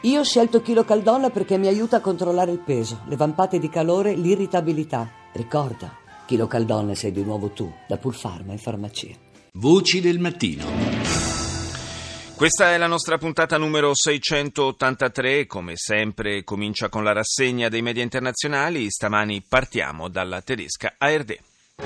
Io ho scelto KiloCaldon perché mi aiuta a controllare il peso, le vampate di calore, l'irritabilità. Ricorda, KiloCaldon sei di nuovo tu, da Pulpharma in farmacia. Voci del mattino. Questa è la nostra puntata numero 683, come sempre comincia con la rassegna dei media internazionali. Stamani partiamo dalla tedesca ARD.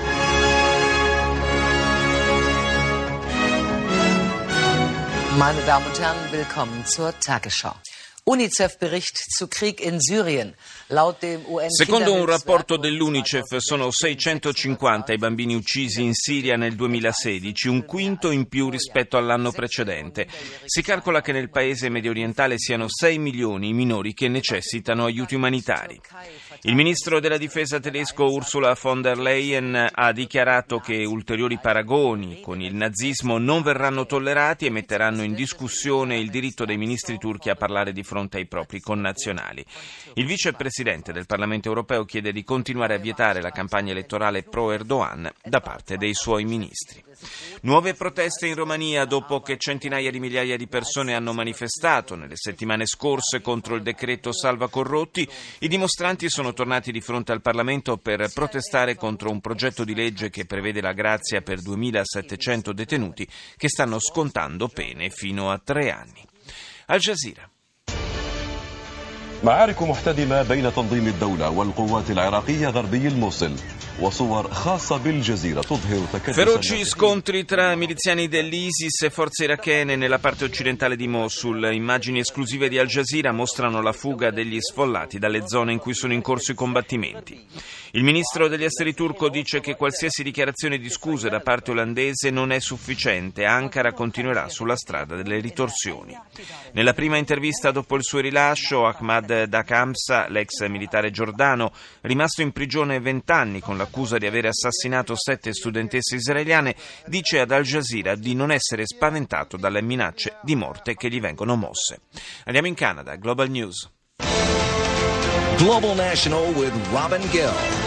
Meine Damen und Herren, willkommen zur Tagesschau. UNICEF-Bericht zu Krieg in Syrien. Laut dem UN Secondo un rapporto dell'UNICEF sono 650 i bambini uccisi in Siria nel 2016, un quinto in più rispetto all'anno precedente. Si calcola che nel paese mediorientale siano 6 milioni i minori che necessitano aiuti umanitari. Il ministro della difesa tedesco Ursula von der Leyen ha dichiarato che ulteriori paragoni con il nazismo non verranno tollerati e metteranno in discussione il diritto dei ministri turchi a parlare di fronte ai propri connazionali. Il vicepresidente del Parlamento europeo chiede di continuare a vietare la campagna elettorale pro-Erdogan da parte dei suoi ministri. Nuove proteste in Romania dopo che centinaia di migliaia di persone hanno manifestato nelle settimane scorse contro il decreto salva corrotti. I dimostranti sono tornati di fronte al Parlamento per protestare contro un progetto di legge che prevede la grazia per 2.700 detenuti che stanno scontando pene fino a 3 anni. Al Jazeera. معارك محتدمة بين تنظيم الدولة والقوات العراقية غربي الموصل وصور خاصة بالجزيرة تظهر تكدس. Feroci scontri tra miliziani dell'ISIS e forze irachene nella parte occidentale di Mosul. Immagini esclusive di Al Jazeera mostrano la fuga degli sfollati dalle zone in cui sono in corso i combattimenti. Il ministro degli esteri turco dice che qualsiasi dichiarazione di scuse da parte olandese non è sufficiente. Ankara continuerà sulla strada delle ritorsioni. Nella prima intervista dopo il suo rilascio, Ahmad Dakamsa, l'ex militare giordano, rimasto in prigione 20 anni con l'accusa di aver assassinato 7 studentesse israeliane, dice ad Al Jazeera di non essere spaventato dalle minacce di morte che gli vengono mosse. Andiamo in Canada, Global News. Global National with Robin Gill.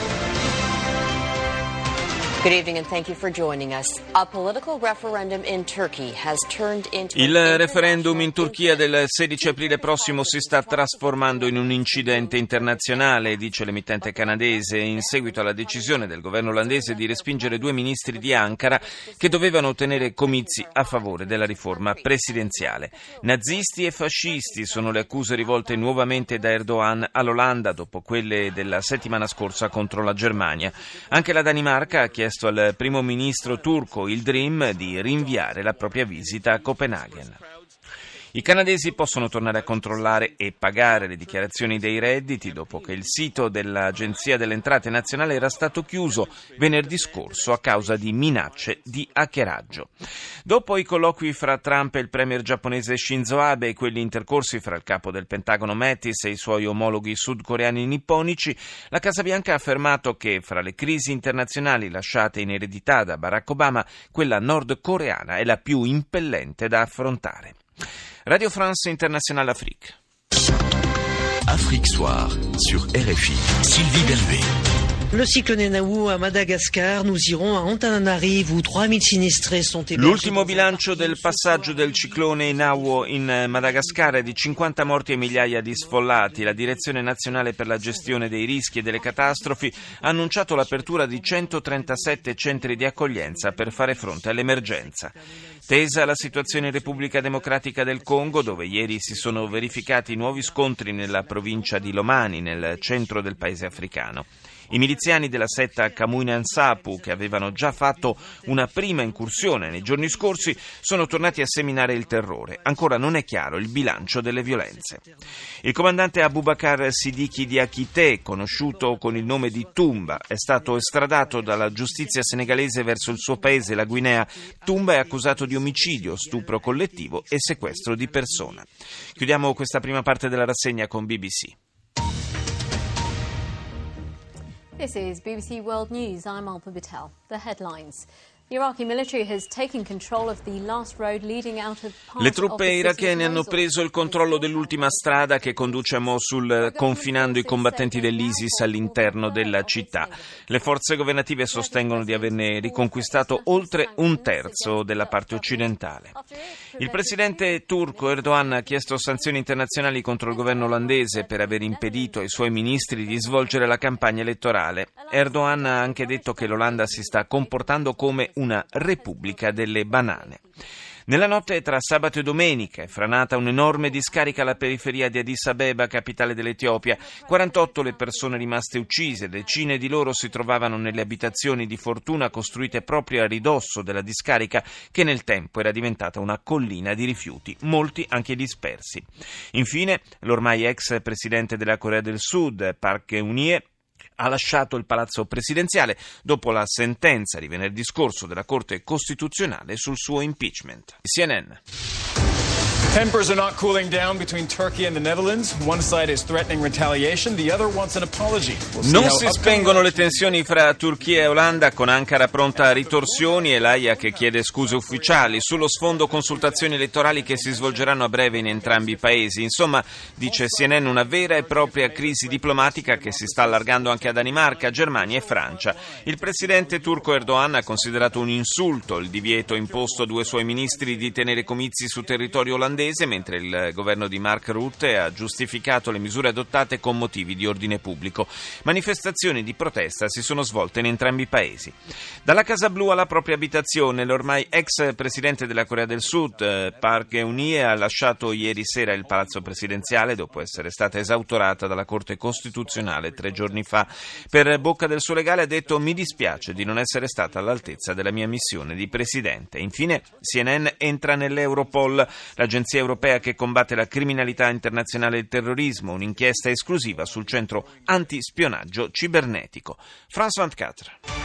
Good evening and thank you for joining us. A political referendum in Turkey has turned into Il referendum in Turchia del 16 aprile prossimo si sta trasformando in un incidente internazionale, dice l'emittente canadese, in seguito alla decisione del governo olandese di respingere 2 ministri di Ankara che dovevano ottenere comizi a favore della riforma presidenziale. Nazisti e fascisti sono le accuse rivolte nuovamente da Erdogan all'Olanda dopo quelle della settimana scorsa contro la Germania. Anche la Danimarca ha chiesto al primo ministro turco Yildirim di rinviare la propria visita a Copenaghen. I canadesi possono tornare a controllare e pagare le dichiarazioni dei redditi dopo che il sito dell'Agenzia delle Entrate Nazionale era stato chiuso venerdì scorso a causa di minacce di hackeraggio. Dopo i colloqui fra Trump e il premier giapponese Shinzo Abe e quelli intercorsi fra il capo del Pentagono Mattis e i suoi omologhi sudcoreani nipponici, la Casa Bianca ha affermato che fra le crisi internazionali lasciate in eredità da Barack Obama, quella nordcoreana è la più impellente da affrontare. Radio France Internationale Afrique. Afrique Soir sur RFI. Sylvie Bervet. Le cyclone Naou à Madagascar, nous irons à Antananarivo où 3000 sinistrés sont hébergés. L'ultimo bilancio del passaggio del ciclone Naou in Madagascar è di 50 morti e migliaia di sfollati. La Direzione Nazionale per la Gestione dei Rischi e delle Catastrofi ha annunciato l'apertura di 137 centri di accoglienza per fare fronte all'emergenza. Tesa la situazione in Repubblica Democratica del Congo, dove ieri si sono verificati nuovi scontri nella provincia di Lomani, nel centro del paese africano. I miliziani della setta Kamwina Nsapu, che avevano già fatto una prima incursione nei giorni scorsi, sono tornati a seminare il terrore. Ancora non è chiaro il bilancio delle violenze. Il comandante Abubakar Sidiki Diakité, conosciuto con il nome di Tumba, è stato estradato dalla giustizia senegalese verso il suo paese, la Guinea. Tumba è accusato di omicidio, stupro collettivo e sequestro di persona. Chiudiamo questa prima parte della rassegna con BBC. This is BBC World News. I'm Alpa Patel. The headlines. Le truppe irachene hanno preso il controllo dell'ultima strada che conduce a Mosul, confinando i combattenti dell'ISIS all'interno della città. Le forze governative sostengono di averne riconquistato oltre un terzo della parte occidentale. Il presidente turco Erdogan ha chiesto sanzioni internazionali contro il governo olandese per aver impedito ai suoi ministri di svolgere la campagna elettorale. Erdogan ha anche detto che l'Olanda si sta comportando come una repubblica delle banane. Nella notte tra sabato e domenica è franata un'enorme discarica alla periferia di Addis Abeba, capitale dell'Etiopia. 48 le persone rimaste uccise, decine di loro si trovavano nelle abitazioni di fortuna costruite proprio a ridosso della discarica che nel tempo era diventata una collina di rifiuti, molti anche dispersi. Infine, l'ormai ex presidente della Corea del Sud, Park Geun-hye, ha lasciato il palazzo presidenziale dopo la sentenza di venerdì scorso della Corte Costituzionale sul suo impeachment. CNN. Tempers are not cooling down between Turkey and the Netherlands. One side is threatening retaliation, the other wants an apology. Non si spengono le tensioni fra Turchia e Olanda, con Ankara pronta a ritorsioni e l'Aia che chiede scuse ufficiali. Sullo sfondo consultazioni elettorali che si svolgeranno a breve in entrambi i paesi. Insomma, dice CNN, una vera e propria crisi diplomatica che si sta allargando anche a Danimarca, Germania e Francia. Il presidente turco Erdogan ha considerato un insulto il divieto imposto a due suoi ministri di tenere comizi su territorio olandese, mentre il governo di Mark Rutte ha giustificato le misure adottate con motivi di ordine pubblico. Manifestazioni di protesta si sono svolte in entrambi i paesi. Dalla Casa Blu alla propria abitazione, l'ormai ex presidente della Corea del Sud, Park Geun-hye, ha lasciato ieri sera il palazzo presidenziale dopo essere stata esautorata dalla Corte Costituzionale 3 giorni fa. Per bocca del suo legale ha detto: mi dispiace di non essere stata all'altezza della mia missione di presidente. Infine, CNN entra nell'Europol, l'agenzia europea che combatte la criminalità internazionale e il terrorismo, un'inchiesta esclusiva sul centro antispionaggio cibernetico. France 24.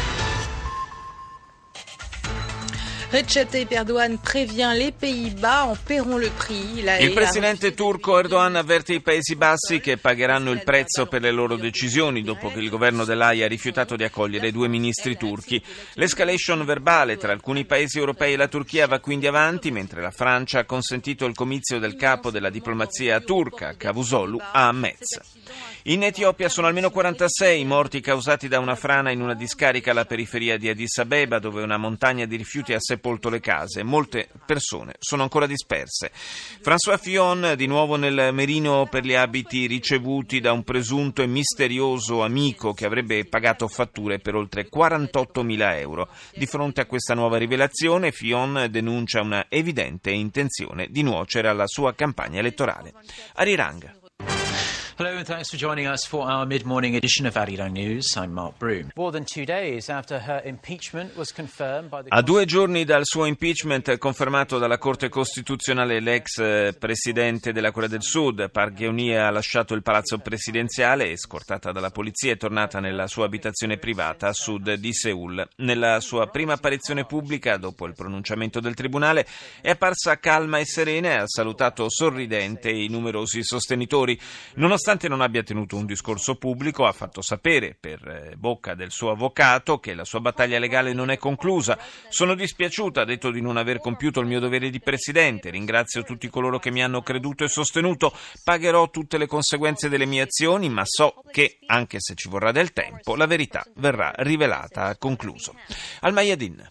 Recep Tayyip Erdogan prévient les Pays-Bas en paieront le prix. Il presidente turco Erdogan avverte i Paesi Bassi che pagheranno il prezzo per le loro decisioni dopo che il governo dell'Aia ha rifiutato di accogliere 2 ministri turchi. L'escalation verbale tra alcuni paesi europei e la Turchia va quindi avanti, mentre la Francia ha consentito il comizio del capo della diplomazia turca, Cavusoglu, a Metz. In Etiopia sono almeno 46 i morti causati da una frana in una discarica alla periferia di Addis Abeba, dove una montagna di rifiuti ha sepolto le case. Molte persone sono ancora disperse. François Fillon di nuovo nel mirino per gli abiti ricevuti da un presunto e misterioso amico che avrebbe pagato fatture per oltre 48.000 euro. Di fronte a questa nuova rivelazione, Fillon denuncia una evidente intenzione di nuocere alla sua campagna elettorale. Arirang. Hello and thanks for joining us for our mid-morning edition of Arirang News. I'm Mark Broom. More than 2 days after her impeachment was confirmed by the... A 2 giorni dal suo impeachment confermato dalla Corte Costituzionale, l'ex presidente della Corea del Sud, Park Geun-hye, ha lasciato il palazzo presidenziale e, scortata dalla polizia, è tornata nella sua abitazione privata a sud di Seul. Nella sua prima apparizione pubblica, dopo il pronunciamento del tribunale, è apparsa calma e serena e ha salutato sorridente i numerosi sostenitori. Nonostante non abbia tenuto un discorso pubblico, ha fatto sapere per bocca del suo avvocato che la sua battaglia legale non è conclusa. Sono dispiaciuta, ha detto, di non aver compiuto il mio dovere di presidente. Ringrazio tutti coloro che mi hanno creduto e sostenuto. Pagherò tutte le conseguenze delle mie azioni, ma so che, anche se ci vorrà del tempo, la verità verrà rivelata, ha concluso. Al Mayadin.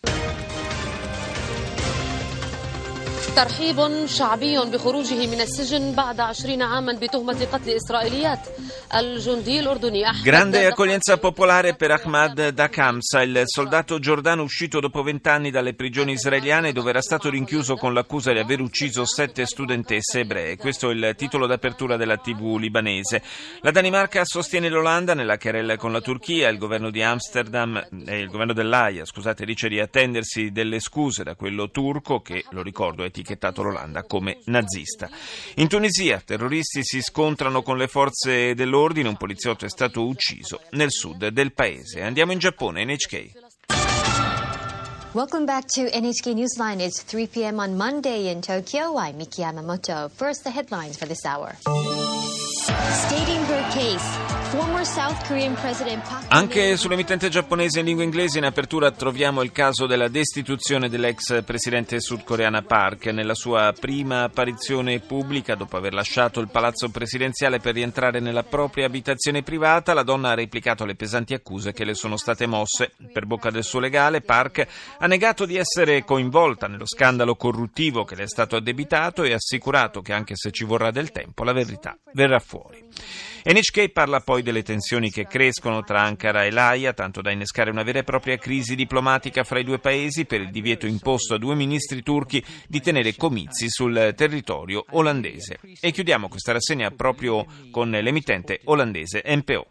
ترحيب شعبي بخروجه من السجن بعد 20 عاما بتهمة قتل إسرائيليات الجندي الأردني. Grande accoglienza popolare per Ahmad Dakamsa, il soldato giordano uscito dopo 20 anni dalle prigioni israeliane dove era stato rinchiuso con l'accusa di aver ucciso 7 studentesse ebree. Questo è il titolo d'apertura della TV libanese. La Danimarca sostiene l'Olanda nella querela con la Turchia. Il governo di Amsterdam e il governo dell'Aia, dice di attendersi delle scuse da quello turco che, lo ricordo, è etichettato l'Olanda come nazista. In Tunisia, terroristi si scontrano con le forze dell'ordine, un poliziotto è stato ucciso nel sud del paese. Andiamo in Giappone, NHK. Welcome back to NHK Newsline. It's 3 p.m. on Monday in Tokyo. I'm Miki Yamamoto. First, the headlines for this hour. Stating her case, former South Korean President Park Anche sull'emittente giapponese in lingua inglese in apertura troviamo il caso della destituzione dell'ex presidente sudcoreana Park. Nella sua prima apparizione pubblica, dopo aver lasciato il palazzo presidenziale per rientrare nella propria abitazione privata, la donna ha replicato le pesanti accuse che le sono state mosse. Per bocca del suo legale, Park ha negato di essere coinvolta nello scandalo corruttivo che le è stato addebitato e ha assicurato che, anche se ci vorrà del tempo, la verità verrà fuori. NHK parla poi delle tensioni che crescono tra Ankara e l'Aia, tanto da innescare una vera e propria crisi diplomatica fra i due paesi per il divieto imposto a 2 ministri turchi di tenere comizi sul territorio olandese. E chiudiamo questa rassegna proprio con l'emittente olandese NPO.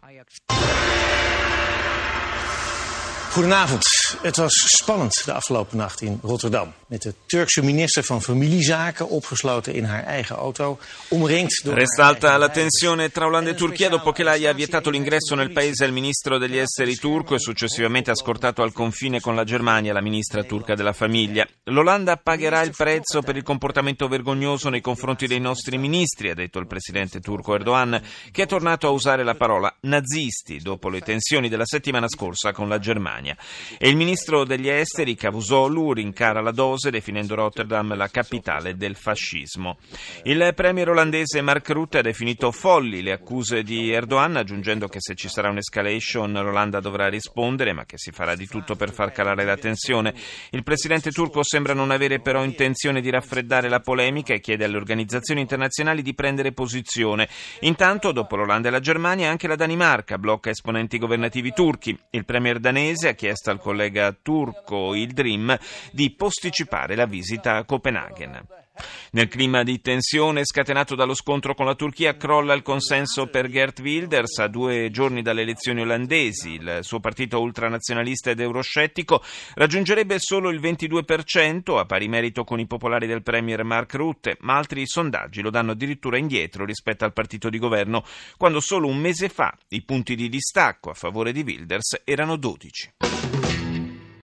Goedenavond. Het was spannend de afgelopen nacht in Rotterdam. Met de Turkse minister van Familiezaken opgesloten in haar eigen auto, omringd door... Resta alta la tensione tra Olanda e Turchia dopo che l'Aia ha vietato l'ingresso nel paese al ministro degli esteri turco e successivamente ha scortato al confine con la Germania la ministra turca della famiglia. L'Olanda pagherà il prezzo per il comportamento vergognoso nei confronti dei nostri ministri, ha detto il presidente turco Erdogan, che è tornato a usare la parola nazisti dopo le tensioni della settimana scorsa con la Germania. E il ministro degli esteri Cavusoglu rincara la dose definendo Rotterdam la capitale del fascismo. Il premier olandese Mark Rutte ha definito folli le accuse di Erdogan, aggiungendo che se ci sarà un'escalation l'Olanda dovrà rispondere, ma che si farà di tutto per far calare la tensione. Il presidente turco sembra non avere però intenzione di raffreddare la polemica e chiede alle organizzazioni internazionali di prendere posizione. Intanto, dopo l'Olanda e la Germania, anche la Danimarca blocca esponenti governativi turchi. Il premier danese ha chiesto al collega turco Yildirim di posticipare la visita a Copenaghen. Nel clima di tensione scatenato dallo scontro con la Turchia crolla il consenso per Geert Wilders a 2 giorni dalle elezioni olandesi. Il suo partito ultranazionalista ed euroscettico raggiungerebbe solo il 22%, a pari merito con i popolari del premier Mark Rutte, ma altri sondaggi lo danno addirittura indietro rispetto al partito di governo, quando solo un mese fa i punti di distacco a favore di Wilders erano 12.